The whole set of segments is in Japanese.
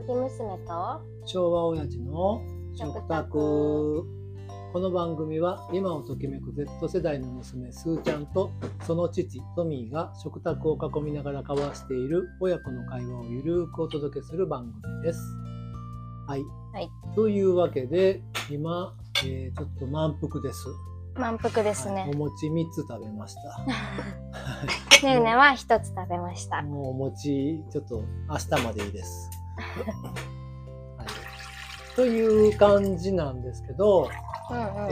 時娘と昭和親父の食卓。この番組は今をときめく Z 世代の娘すーちゃんとその父トミーが食卓を囲みながら交わしている親子の会話をゆるくお届けする番組です。はい、というわけで今、ちょっと満腹です。 満腹ですね。 お餅3つ食べました。 ねえねは1つ食べました。 もうお餅ちょっと明日までいいです。はい、という感じなんですけど、あ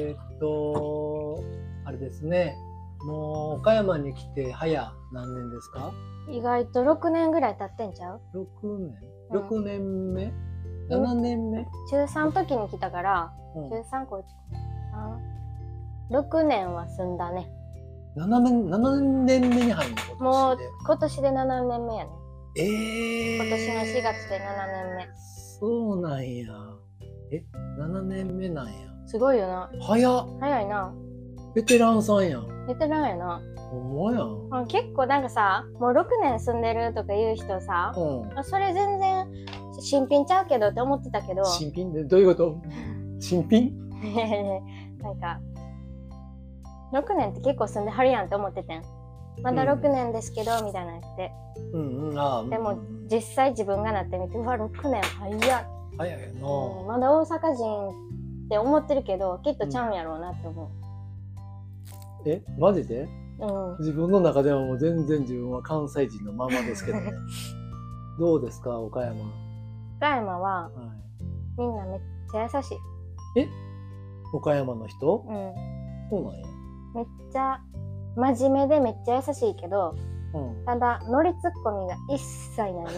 れですね。もう岡山に来て早何年ですか？ 意外と6年ぐらい経ってんちゃう ？6年目？7年目？ 中3時に来たから、中3高16年は住んだね。 7年目に入るの？ もう今年で7年目やね。今年の4月で7年目。 そうなんや。7年目なんや。 すごいよな。早いな。 ベテランさんやん。 ベテランやな。 ほんまやん。 結構なんかさ、もう6年住んでるとか言う人さ、それ全然新品ちゃうけどって思ってたけど。 新品でどういうこと？新品？ なんか6年って結構住んではるやんって思っててん。まだ6年ですけど、みたいな言って。でも実際自分がなってみて、うわ、6年早いな。まだ大阪人って思ってるけど、きっとちゃうんやろうなって思う。 マジで？自分の中ではもう全然自分は関西人のままですけどね。どうですか、岡山？ 岡山は、みんなめっちゃ優しい。 岡山の人？そうなんや。 めっちゃ真面目でめっちゃ優しいけど、ただノリツッコミが一切ないね。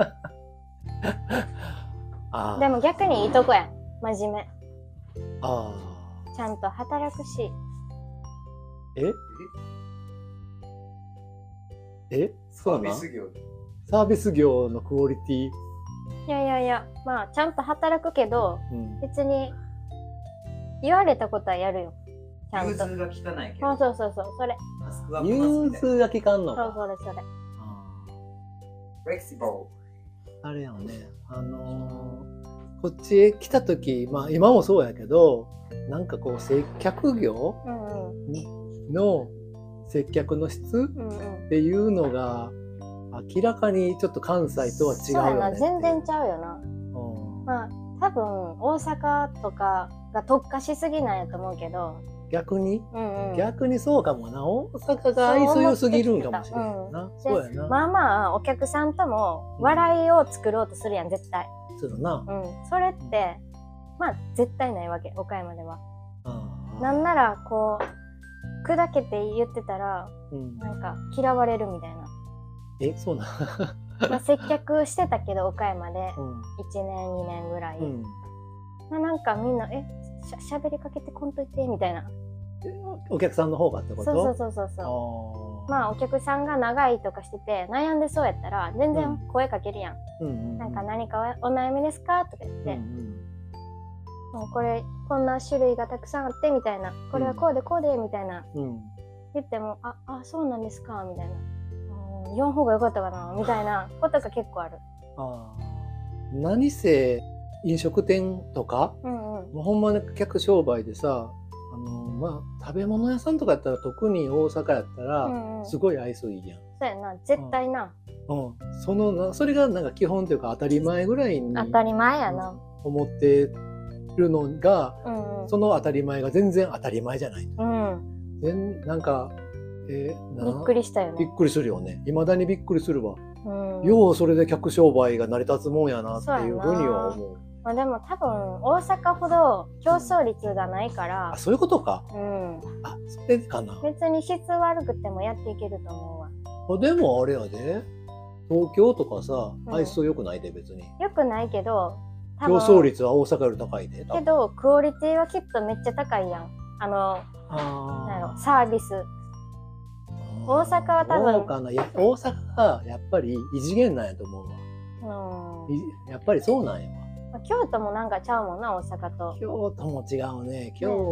でも逆にいいとこやん。真面目。ちゃんと働くし。 サービス業のクオリティ。 いや、まあちゃんと働くけど、別に言われたことはやるよ。ちゃんと。 融通が効かないけど。 そう、それ。 融通が効かんのか。 それ。 フレキシブル。 あれやんね。こっちへ来た時、まあ今もそうやけど、なんかこう接客業の接客の質っていうのが明らかにちょっと関西とは違うよね。そうやな、 全然ちゃうよな。まあ多分大阪とかが特化しすぎなんやと思うけど。 逆にそうかもな。大阪が愛想良すぎるんかもしれないな。そうやな。 まあお客さんとも笑いを作ろうとするやん、絶対。 そうだな。 それってまあ絶対ないわけ、岡山では。なんならこう砕けて言ってたら、なんか嫌われるみたいな。 そうな。 接客してたけど岡山で1年2年ぐらい。なんかみんな喋りかけてこんといてみたいな。 お客さんの方がってこと？ そう。まあお客さんが長いとかしてて悩んでそうやったら全然声かけるやん。なんか何かお悩みですかとか言って、もうこれこんな種類がたくさんあってみたいな、これはこうでみたいな、言ってもそうなんですかみたいな、言わん方がよかったかなみたいなことが結構ある。 何せ飲食店とか、もうほんまに客商売でさ、まあ食べ物屋さんとかやったら、特に大阪やったらすごい愛想いいやん。 そうやな、絶対な。 それがなんか基本というか当たり前ぐらいに当たり前やな思ってるのが、その当たり前が全然当たり前じゃない。なんかびっくりしたよね。 びっくりするよね。未だにびっくりするわ。ようそれで客商売が成り立つもんやなっていうふうには思う。 でも多分大阪ほど競争率がないから。 そういうことか。それかな。 別に質悪くてもやっていけると思うわ。 でもあれやで、東京とかさ、愛想良くないで別に。 良くないけど、 競争率は大阪より高いで。 けどクオリティはきっとめっちゃ高いやん。サービス。大阪は多分。 そうかな。大阪はやっぱり異次元なんやと思うわ。やっぱりそうなんやわ。 京都もなんかちゃうもんな、大阪と。 京都も違うね。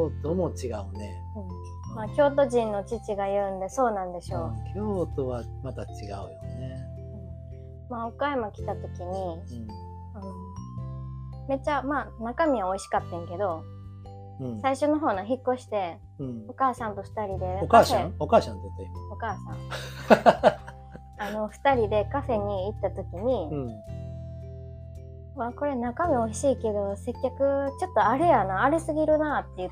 まあ京都人の父が言うんでそうなんでしょう。 京都はまた違うよね。 まあ岡山来た時に、 めっちゃまあ中身は美味しかったんけど、最初の方の引っ越して、お母さんと2人でお母さんって言った今。 お母さん2人でカフェに行った時に、わこれ中身美味しいけど接客ちょっとあれやな、あれすぎるなって言って、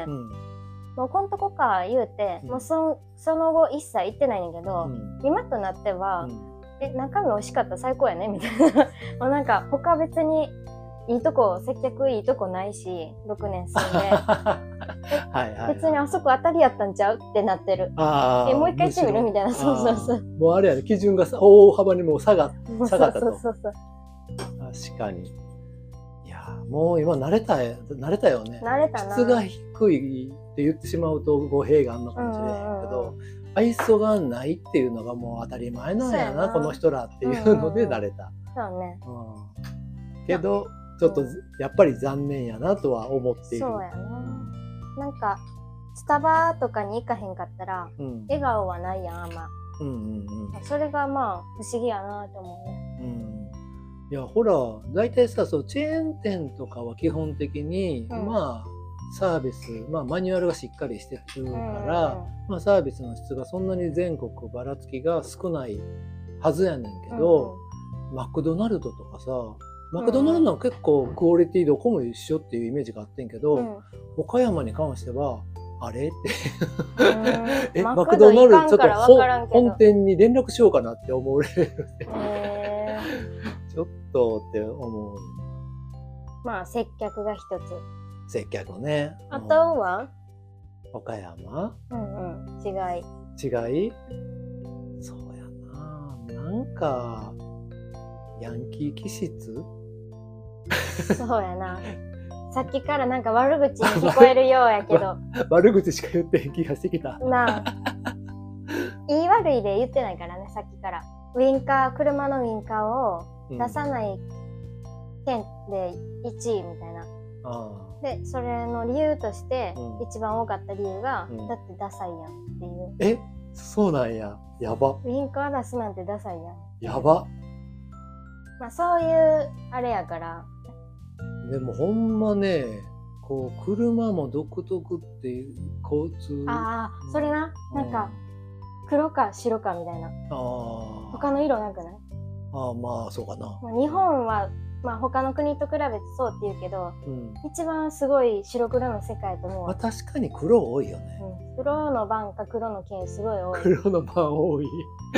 もうこんとこか言うて、もうその後一切行ってないんだけど、今となっては、中身美味しかった最高やねみたいなもうなんか他別にいいとこ接客いいとこないし6年住んで別にあそこ当たりやったんちゃうってなってる。もう一回行ってみるみたいな。そうもうあれやね、基準が大幅にもう下がったと。 そう確かに。いやもう今慣れたよね。 慣れたな。 質が低いって言ってしまうと語弊があるのかもしれへんけど、愛想がないっていうのがもう当たり前なんやなこの人らっていうので慣れた。 そうね。 けどちょっとやっぱり残念やなとは思っている。 そうやな。なんかスタバとかに行かへんかったら、笑顔はないやんあんま。それがまあ不思議やなと思うね。 いやほら大体さ、そうチェーン店とかは基本的に、まあサービス、マニュアルがしっかりしてるから、サービスの質がそんなに全国ばらつきが少ないはずやねんけど、マクドナルドとかさ、マクドナルドは結構クオリティどこも一緒っていうイメージがあってんけど、岡山に関してはあれってマクドナルドちょっと本店に連絡しようかなって思うレベルでちょっとって思う。 まあ接客が一つ。 接客ね。 あとは岡山？ 違い？ そうやな。なんかヤンキー気質？ そうやな。さっきからなんか悪口に聞こえるようやけど悪口しか言ってへん気がしてきたなあ。いい悪いで言ってないからね、さっきから。車のウインカーを出さない県で1位みたいな。でそれの理由として一番多かった理由が、だってダサいやんっていう。 そうなんや。やば。 ウインカー出すなんてダサいやん。 やば。 まあそういうあれやから。 でもほんまね、こう車も独特っていう交通。 それな、なんか黒か白かみたいな。他の色なんかない？ まあそうかな。 日本は他の国と比べてそうって言うけど、一番すごい白黒の世界と思う。 確かに黒多いよね。 黒の番か黒の県すごい多い。 黒の番多い。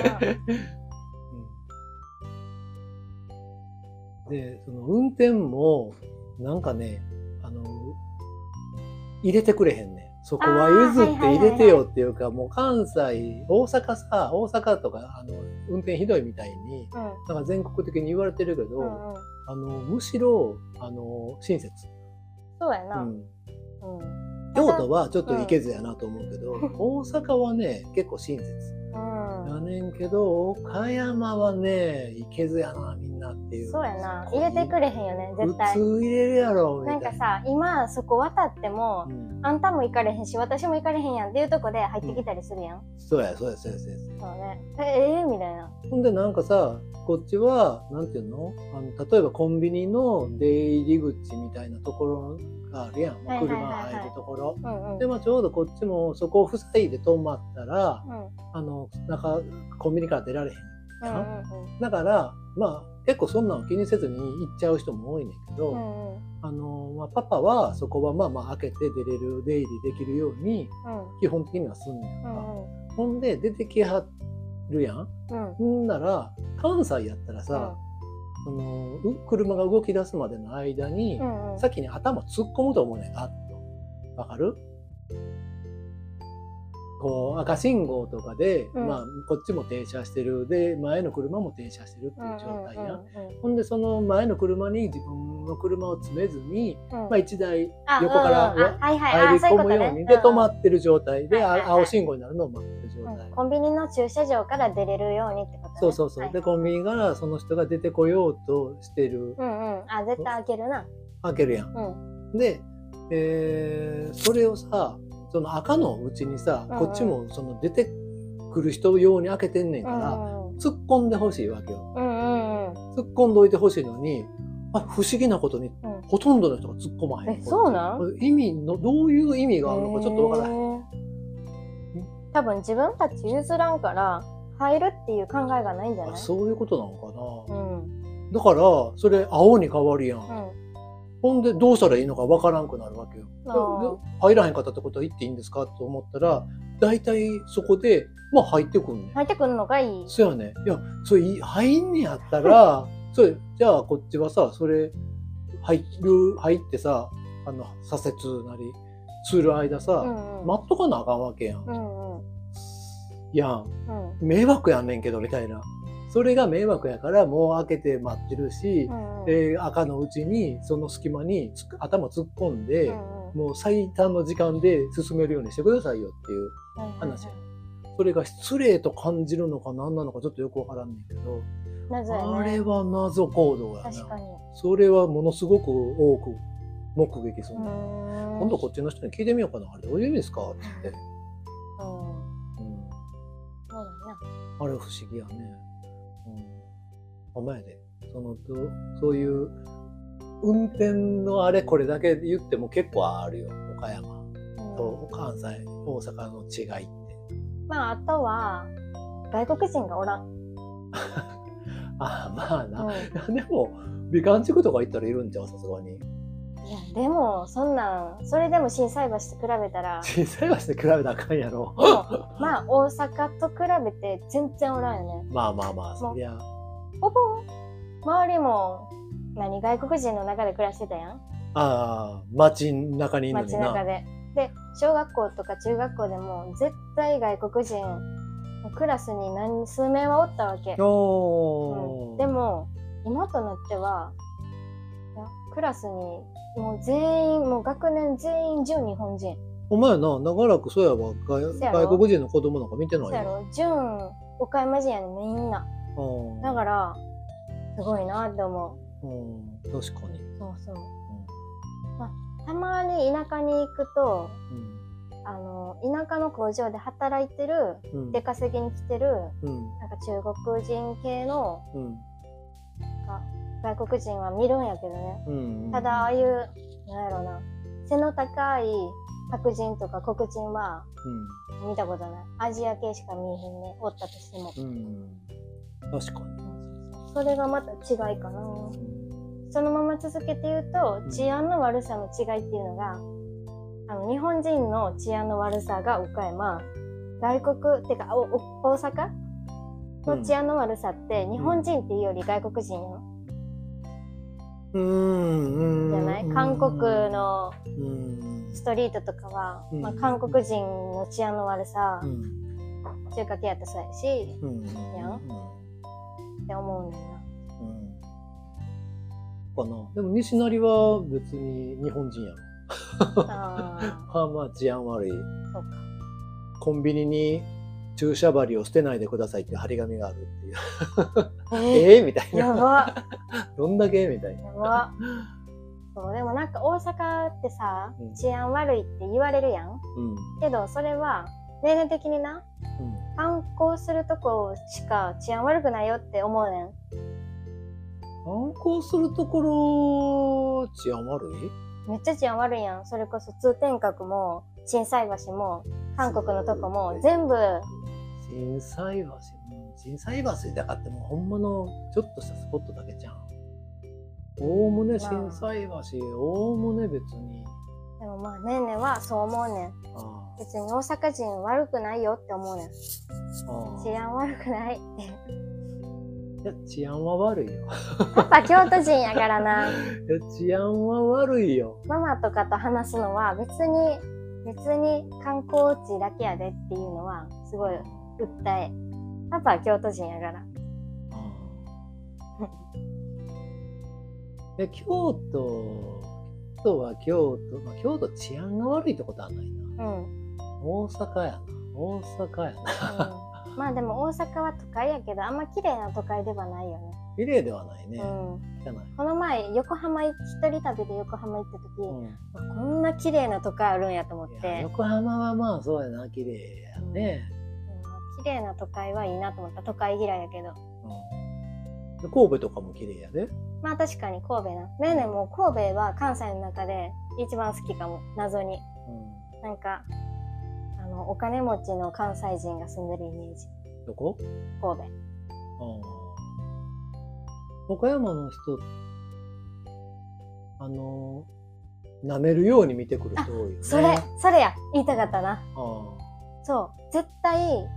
でその運転もなんかね、入れてくれへんね。そこは譲って入れてよっていうか、もう関西、大阪とか運転ひどいみたいに、なんか全国的に言われてるけど、むしろ親切。 そうやな。 京都はちょっといけずやなと思うけど、大阪はね結構親切やねんけど、岡山はねいけずやなみんなっていう。 そうやな、入れてくれへんよね絶対。 普通入れるやろみたいな。 なんかさ、今そこ渡っても、あんたも行かれへんし私も行かれへんやんっていうとこで入ってきたりするやん。 そうね。 みたいな。 ほんでなんかさ、こっちはなんていうの、例えばコンビニの出入り口みたいなところがあるやん、車入るところ。でちょうどこっちもそこを塞いで止まったら、コンビニから出られへんやん。だから結構そんなの気にせずに行っちゃう人も多いねんけど、パパはそこは開けて出入りできるように基本的にはすんねんか。ほんで出てきはるやん。んなら関西やったらさ、車が動き出すまでの間に、先に頭突っ込むと思うねん。わかる？こう赤信号とかで、こっちも停車してるで前の車も停車してるっていう状態や。ほんでその前の車に自分の車を詰めずに、1台横から入り込むようにで止まってる状態で、青信号になるのを待ってる状態。 コンビニの駐車場から出れるようにってことね。 そう。でコンビニからその人が出てこようとしてる。 絶対開けるな。 開けるやん。で、それをさ、その赤のうちにさ、こっちもその出てくる人用に開けてんねんから、突っ込んでほしいわけよ。突っ込んでおいてほしいのに、 不思議なことに、ほとんどの人が突っ込まへん。 そうなん？ 意味のどういう意味があるのかちょっとわからへん。 多分自分たち譲らんから入るっていう考えがないんじゃない？ そういうことなのかな。だからそれ青に変わるやん。ほんでどうしたらいいのかわからんくなるわけよ。入らへんかったってことは言っていいんですかと思ったら、大体そこでまあ入ってくんねん。 入ってくるのがいい。 そうやね。いや、それ入んねやったらそれじゃあこっちはさ、それ入ってさ、左折なりする間さ、待っとかなあかんわけやん。迷惑やんねんけどみたいな。それが迷惑やからもう開けて待ってるし、赤のうちにその隙間に頭突っ込んで、もう最短の時間で進めるようにしてくださいよっていう話や。それが失礼と感じるのか何なのかちょっとよくわからんねんけど、あれは謎行動やな。確かに。それはものすごく多く目撃する。今度こっちの人に聞いてみようかな。あれどういう意味ですかって言って。そうだね。あれ不思議やね。お前でそういう運転のあれこれだけ言っても結構あるよ。岡山と関西、大阪の違いって。 まああとは外国人がおらん。 まあな。でも美観地区とか行ったらいるんちゃう、さすがに。 いやでもそれでも心斎橋と比べたら心斎橋と比べたらあかんやろ。 まあ大阪と比べて全然おらんよね。 まあそりゃほぼ周りも外国人の中で暮らしてたやん。 街中にいるのにな。 街中で小学校とか中学校でも絶対外国人クラスに数名はおったわけ。でも今となってはクラスにもう学年全員純日本人。 お前な、長らくそうやわ、外国人の子供なんか見てないよ。 そうやろ、純岡山人やねん、みんな。だからすごいなって思う。確かに。 そう。たまに田舎に行くと、田舎の工場で働いてる、出稼ぎに来てる、なんか中国人系の、外国人は見るんやけどね。ただああいうなんやろな、背の高い白人とか黒人は見たことない。アジア系しか見えへんね、おったとしても。 確かに。 それがまた違いかな。そのまま続けて言うと、治安の悪さの違いっていうのが、日本人の治安の悪さが岡山、外国ってか大阪の治安の悪さって日本人っていうより外国人よ。じゃない？韓国のストリートとかは、韓国人の治安の悪さ、中華系やったらそうやし、やんって思うねんな。 かな。でも西成は別に日本人やろ。まあ治安悪い。そうか。コンビニに注射針を捨てないでくださいっていう張り紙があるっていう。みたいな。 やば。 どんだけみたいな。 やば。そう、でもなんか大阪ってさ、治安悪いって言われるやん。けどそれは年齢的にな、観光するとこしか治安悪くないよって思うねん。 観光するところ治安悪い？ めっちゃ治安悪いやん。それこそ通天閣も心斎橋も韓国のとこも全部。 心斎橋だからってもうほんまのちょっとしたスポットだけじゃん。おおむね心斎橋、おおむね別に。 でもまあねんねんはそう思うねん。別に大阪人悪くないよって思うねん。治安悪くないって。 いや治安は悪いよ。 パパ京都人やからな。 いや治安は悪いよ。 ママとかと話すのは別に観光地だけやでっていうのはすごい訴え。パパは京都人やから。 京都治安が悪いってことはないな。大阪やな。まあでも大阪は都会やけどあんま綺麗な都会ではないよね。 綺麗ではないね。 この前横浜一人旅で横浜行った時、こんな綺麗な都会あるんやと思って。 横浜はまあそうやな、綺麗やね。 綺麗な都会はいいなと思った。都会嫌いやけど。 神戸とかも綺麗やで。 まあ確かに神戸な。ねえねえもう神戸は関西の中で一番好きかも、謎に。なんか、お金持ちの関西人が住んでるイメージ。 どこ？ 神戸。 岡山の人、舐めるように見てくる人多いよね。 それや、言いたかったな。そう、絶対、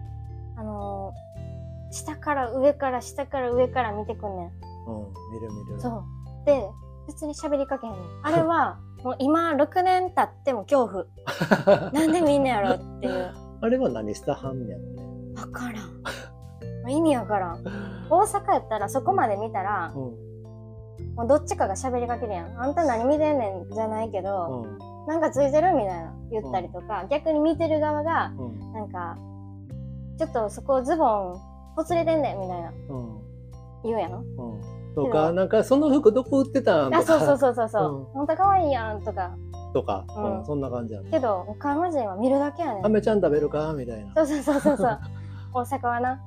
下から上から見てくんねん。 見る。 そう。で、別に喋りかけへんねん。あれは、もう今6年経っても恐怖。なんで見んねやろっていう。 あれは何したはんねやろね。 わからん。意味わからん。大阪やったらそこまで見たら、もうどっちかが喋りかけるやん。あんた何見てんねんじゃないけど、なんかついてるみたいな言ったりとか、逆に見てる側が、なんか、ちょっとそこズボンほつれてんねんみたいな、言うやん。 とか、なんかその服どこ売ってたんとか。 そう。ほんとかわいいやんとか。 そんな感じやね。 けど、岡山人は見るだけやねん。 アメちゃん食べるかみたいな。 そう。大阪はな。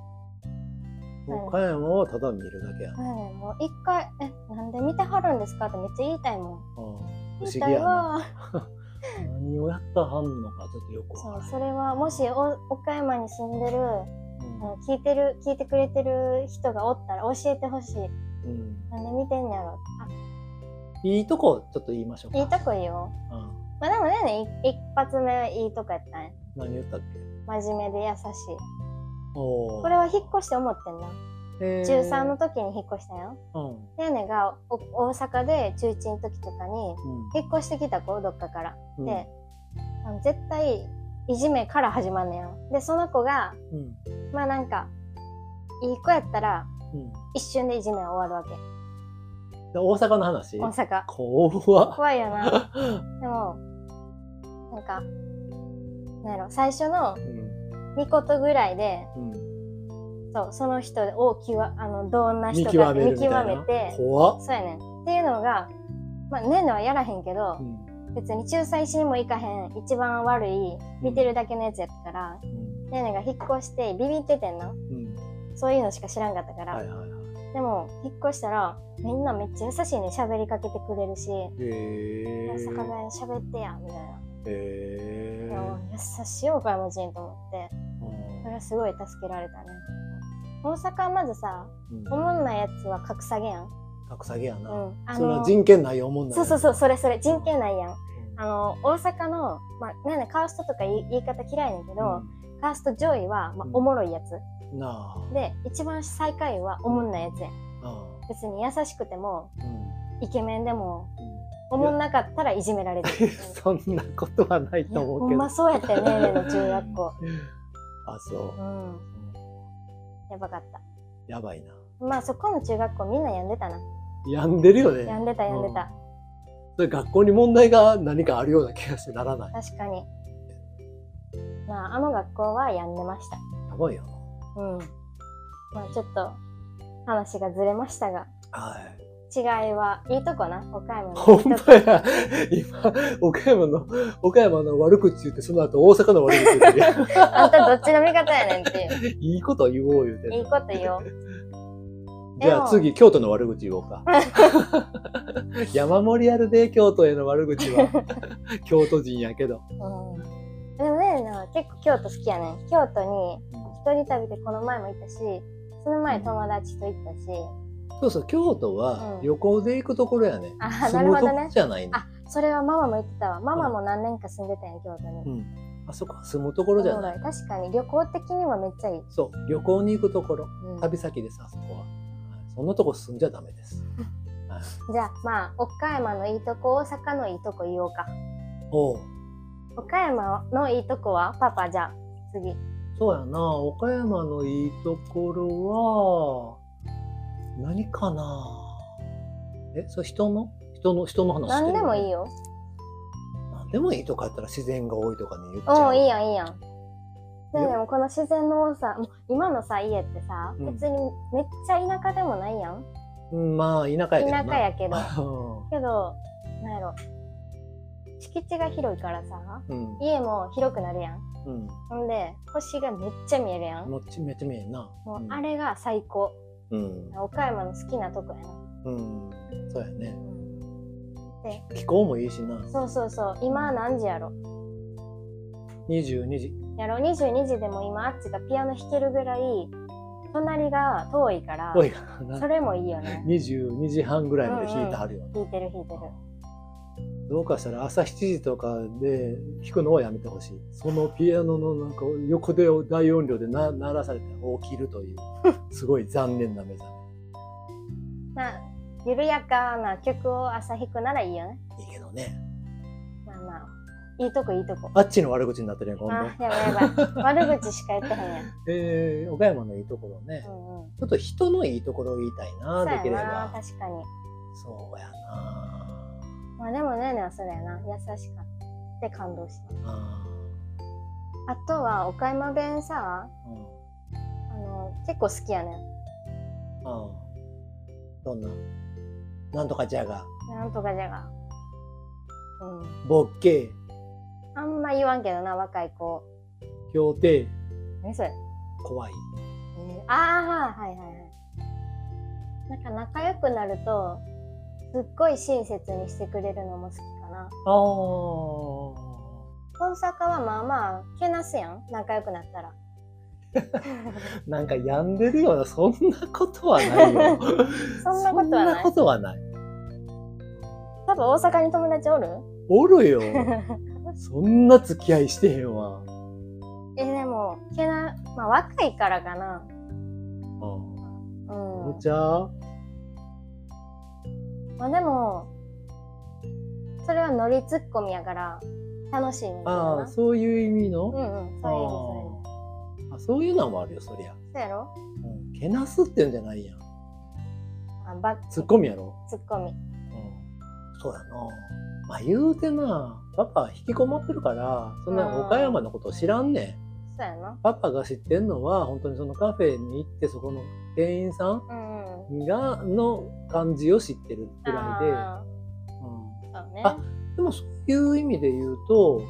岡山はただ見るだけやね。 もう一回、なんで見てはるんですかってめっちゃ言いたいもん。 不思議やな。何をやったはんのかちょっとよくわからない。 それはもし岡山に住んでる、聞いてくれてる人がおったら教えてほしい。なんで見てんやろ。 いいとこちょっと言いましょうか。 いいとこいいよ。まあでもね、一発目いいとこやったね。 何言ったっけ？ 真面目で優しい。これは引っ越して思ってんな。中3の時に引っ越したよ。ねねが大阪で中1の時とかに引っ越してきた子、どっかから。で、絶対いじめから始まんねやろ。で、その子が、まあなんか、いい子やったら、一瞬でいじめは終わるわけ。 大阪の話？ 大阪。 怖いよな。でも、なんか、なんやろ、最初の2言ぐらいで、その人をどんな人かって見極めて、そうやねん。っていうのが、まあ、ねんねはやらへんけど、別に仲裁しにも行かへん、一番悪い、見てるだけのやつやったから、ねんねが引っ越してビビっててんな。そういうのしか知らんかったから。でも、引っ越したら、みんなめっちゃ優しいね、喋りかけてくれるし、大阪弁喋ってや、みたいな。いや、優しい岡山人と思って、それはすごい助けられたね。大阪はまずさ、おもんないやつは格下げやん。 格下げやな。それは人権ないおもんない。 そう、それ人権ないやん。大阪の、まあ、ね、カーストとか言い方嫌いねんけど、カースト上位は、まあ、おもろいやつ。で、一番最下位はおもんないやつやん。別に優しくても、イケメンでも、おもんなかったらいじめられる。 そんなことはないと思うけど。 ほんまそうやったよね、ねの中学校。 そう。 やばかった。 やばいな。 まあそこの中学校みんな病んでたな。 病んでるよね。 病んでた。 それ学校に問題が何かあるような気がしてならない。 確かに。まあ学校は病んでました。 やばいよな。まあちょっと話がずれましたが。違いはいいとこな、岡山の。 ほんまや。今、岡山の悪口言って、その後大阪の悪口言ってる。 あんたどっちの味方やねんっていう。 いいこと言おう言うて。 いいこと言おう。 じゃあ次、京都の悪口言おうか。山盛りあるで、京都への悪口は。京都人やけど。 でもね、結構京都好きやねん。京都に一人旅でこの前も行ったし、その前友達と行ったし。 そう、京都は旅行で行くところやね。 なるほどね。 じゃないね。 それはママも言ってたわ。ママも何年か住んでたやん、京都に。 あそこは住むところじゃない。 確かに旅行的にはめっちゃいい。 そう、旅行に行くところ。旅先です、あそこは。そんなとこ住んじゃダメです。 じゃあ、まあ、岡山のいいとこ、大阪のいいとこ言おうか。岡山のいいとこはパパ、じゃあ、次。 そうやな、岡山のいいところは、何かな。それ人の話。 何でもいいよ。 何でもいいとかやったら自然が多いとかに言っちゃう。 いいやん。でもこの自然の多さ、今のさ、家ってさ、別にめっちゃ田舎でもないやん。 まあ、田舎やけど。 けど、なんやろ。敷地が広いからさ、家も広くなるやん。ほんで、星がめっちゃ見えるやん。 めっちゃ見えるな。 もうあれが最高。岡山の好きなとこやな。 うん、そうやね。 で、 気候もいいしな。 そうそうそう。今何時やろ 22時。 やろ ?22 時でも今あっちがピアノ弾けるぐらい隣が遠いから、 遠いからな。 それもいいよね。 22時半ぐらいまで弾いてはるよね。 弾いてる。 どうかしたら朝7時とかで弾くのはやめてほしい。そのピアノのなんか横で大音量で鳴らされて起きるというすごい残念な目覚緩やかな曲を朝弾くならいいよね。 め。いいけどね。 まあいいとこ。 あっちの悪口になってるやん今度。 やばい。悪口しか言ってへんやん。 岡山のいいところね、ちょっと人のいいところを言いたいな。できれば。 確かに。 そうやな。 まあでもねはそれやな。優しかって感動した。あとは岡山弁さ、結構好きやねん。 どんななんとかじゃが。ボッケー。 あんま言わんけどな、若い子。 協定。 何それ。 怖い。 はい。なんか仲良くなるとすっごい親切にしてくれるのも好きかな。大阪はまあまあけなすやん、仲良くなったら。 なんか病んでるような、そんなことはないよ。 そんなことはない。多分大阪に友達おる？ おるよ。そんな付き合いしてへんわ。 でもまあ若いからかな。 お茶？ まあでもそれはノリツッコミやから楽しいねんな。 そういう意味の？ そういう意味。 そういうのもあるよ、そりゃ。 そうやろ？ けなすってんじゃないやん。ツッコミやろ？ ツッコミ。 そうやな。まあ言うてな、パパ引きこもってるから、そんな岡山のことを知らんねん。 そうやな。 パパが知ってんのは、本当にそのカフェに行って、そこの店員さんの感じを知ってるくらいで。 そうね。 でもそういう意味で言うと、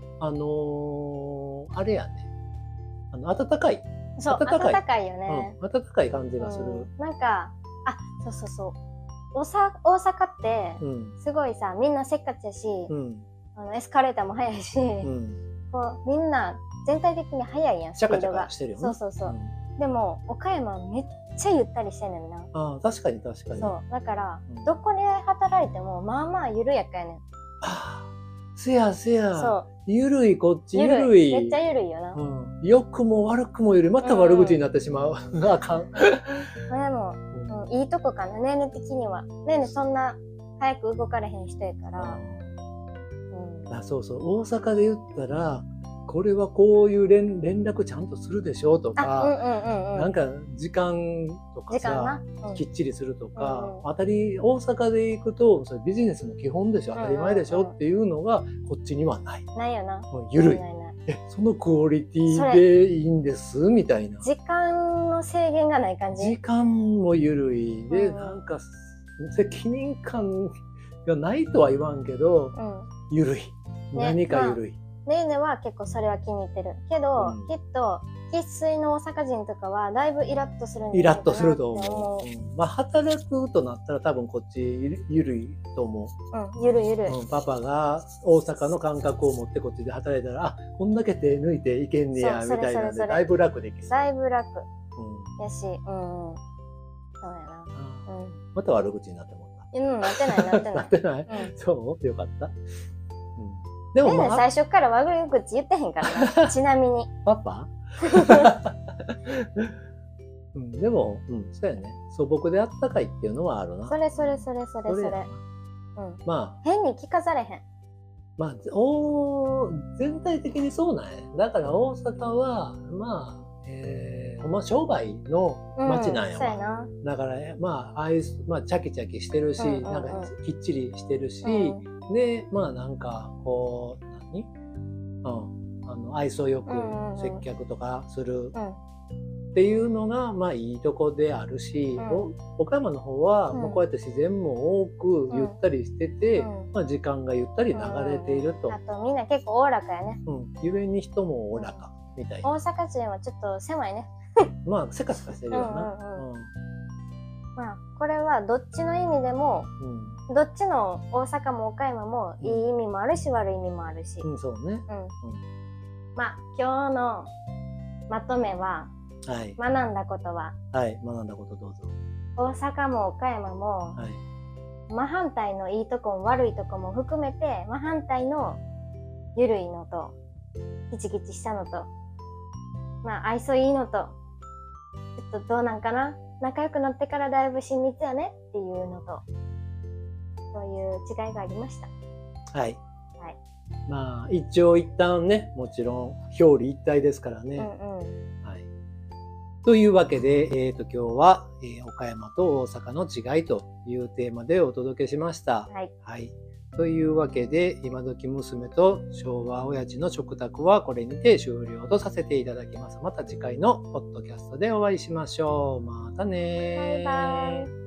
あれやね。温かい。 そう、温かいよね。 温かい感じがする。 なんか、そう。大阪ってすごいさ、みんなせっかちやし、エスカレーターも速いし、こうみんな全体的に速いやん、スピードが。そう。でも岡山はめっちゃゆったりしてんねんな。 確かに。そうだからどこで働いてもまあまあ緩やかやねん。 せや。ゆるい、こっちゆるい。 めっちゃゆるいよな。 良くも悪くもゆるい。また悪口になってしまう。あかん。 でもいいとこかな、ねね的には。ねそんな早く動かれへん人やから。 そう。大阪で言ったら、これはこういう連絡ちゃんとするでしょとか、なんか時間とかさ、きっちりするとか、大阪で行くとそれビジネスの基本でしょ、当たり前でしょっていうのがこっちにはない。 ないよな。 ゆるい。そのクオリティでいいんですみたいな。 時間の制限がない感じ。 時間もゆるいで、なんか責任感がないとは言わんけど、ゆるい。何かゆるい。 ねねは結構それは気に入ってるけど、きっと生粋の大阪人とかはだいぶイラッとするんじゃないかな。 イラッとすると思う。働くとなったら多分こっちゆるいと思う。 ゆるい。 パパが大阪の感覚を持ってこっちで働いたら、こんだけ手抜いていけんねやみたいなんで、だいぶ楽できそう。 だいぶ楽やし、そうやな。 また悪口になって思った。 なってない。 なってない？そうよかった。でも最初から悪口言ってへんからな。ちなみに。 パパ？でも、そうやね。素朴であったかいっていうのはあるな。 それ。変に聞かされへん。 全体的にそうなんや。だから大阪は、商売の街なんやわ。だから、チャキチャキしてるし、なんかきっちりしてるし、で、なんか、こう、愛想よく接客とかするっていうのが、いいとこであるし、岡山の方は、こうやって自然も多くゆったりしてて、時間がゆったり流れていると。 あとみんな結構おおらかやね。 ゆえに人もおおらかみたいな。 大阪人はちょっと狭いね。 せかせかしてるよな。 まあこれはどっちの意味でも、どっちの大阪も岡山もいい意味もあるし、悪い意味もあるし、 そうね。 まあ今日のまとめは、学んだことは、 学んだことどうぞ。 大阪も岡山も、真反対のいいとこも悪いとこも含めて、真反対のゆるいのとキチキチしたのと、まあ愛想いいのと、ちょっとどうなんかな、仲良くなってからだいぶ親密やねっていうのと、そういう違いがありました。 まあ一長一短ね、もちろん表裏一体ですからね。というわけで、今日は、岡山と大阪の違いというテーマでお届けしました。というわけで、今時娘と昭和親父の食卓はこれにて終了とさせていただきます。また次回のポッドキャストでお会いしましょう。またね。 バイバイ。